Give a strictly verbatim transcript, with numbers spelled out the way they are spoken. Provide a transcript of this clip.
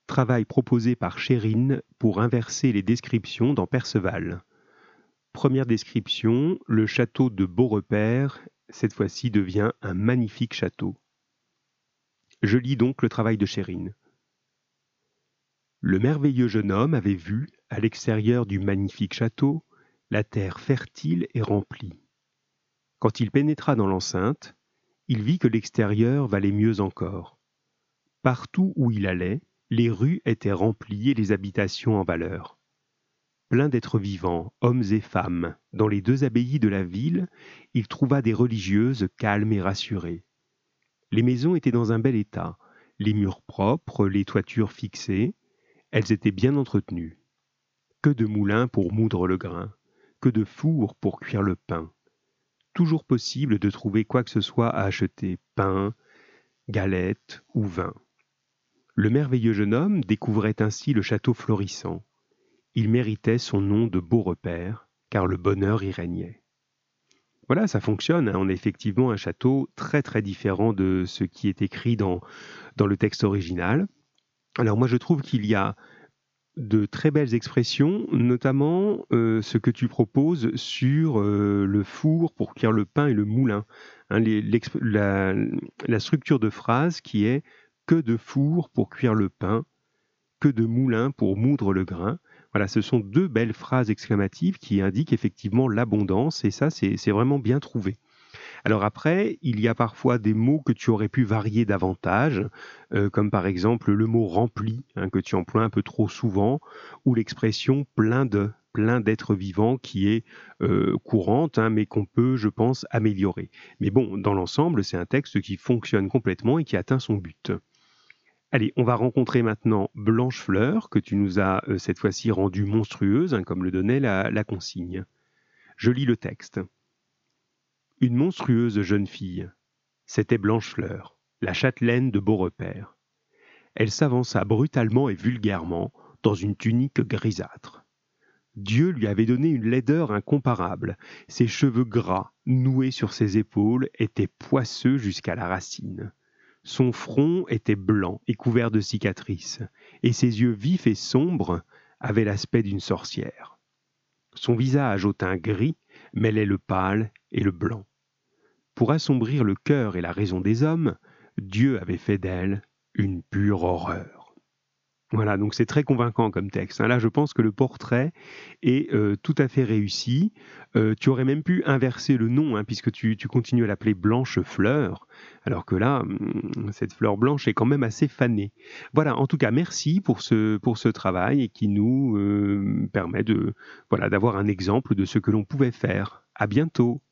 Travail proposé par Chérine pour inverser les descriptions dans Perceval. Première description, le château de Beaurepaire, cette fois-ci devient un magnifique château. Je lis donc le travail de Chérine. Le merveilleux jeune homme avait vu, à l'extérieur du magnifique château, la terre fertile et remplie. Quand il pénétra dans l'enceinte, il vit que l'extérieur valait mieux encore. Partout où il allait, les rues étaient remplies et les habitations en valeur. Plein d'êtres vivants, hommes et femmes, dans les deux abbayes de la ville, il trouva des religieuses calmes et rassurées. Les maisons étaient dans un bel état, les murs propres, les toitures fixées, elles étaient bien entretenues. Que de moulins pour moudre le grain, que de fours pour cuire le pain. Toujours possible de trouver quoi que ce soit à acheter, pain, galettes ou vin. Le merveilleux jeune homme découvrait ainsi le château florissant. Il méritait son nom de Beaurepaire, car le bonheur y régnait. Voilà, ça fonctionne, hein. On a effectivement un château très très différent de ce qui est écrit dans, dans le texte original. Alors moi je trouve qu'il y a de très belles expressions, notamment euh, ce que tu proposes sur euh, le four pour cuire le pain et le moulin. Hein, les, la, la structure de phrase qui est « que de four pour cuire le pain, que de moulin pour moudre le grain ». Voilà, ce sont deux belles phrases exclamatives qui indiquent effectivement l'abondance, et ça, c'est, c'est vraiment bien trouvé. Alors après, il y a parfois des mots que tu aurais pu varier davantage, euh, comme par exemple le mot « rempli hein, », que tu emploies un peu trop souvent, ou l'expression « plein de », plein d'êtres vivants, qui est euh, courante, hein, mais qu'on peut, je pense, améliorer. Mais bon, dans l'ensemble, c'est un texte qui fonctionne complètement et qui atteint son but. Allez, on va rencontrer maintenant Blanchefleur, que tu nous as euh, cette fois-ci rendue monstrueuse, hein, comme le donnait la, la consigne. Je lis le texte. Une monstrueuse jeune fille. C'était Blanchefleur, la châtelaine de Beaurepaire. Elle s'avança brutalement et vulgairement dans une tunique grisâtre. Dieu lui avait donné une laideur incomparable. Ses cheveux gras, noués sur ses épaules, étaient poisseux jusqu'à la racine. Son front était blanc et couvert de cicatrices, et ses yeux vifs et sombres avaient l'aspect d'une sorcière. Son visage au teint gris mêlait le pâle et le blanc. Pour assombrir le cœur et la raison des hommes, Dieu avait fait d'elle une pure horreur. Voilà, donc c'est très convaincant comme texte. Là, je pense que le portrait est euh, tout à fait réussi. Euh, tu aurais même pu inverser le nom, hein, puisque tu, tu continues à l'appeler Blanchefleur, alors que là, cette fleur blanche est quand même assez fanée. Voilà, en tout cas, merci pour ce, pour ce travail et qui nous euh, permet de, voilà, d'avoir un exemple de ce que l'on pouvait faire. À bientôt.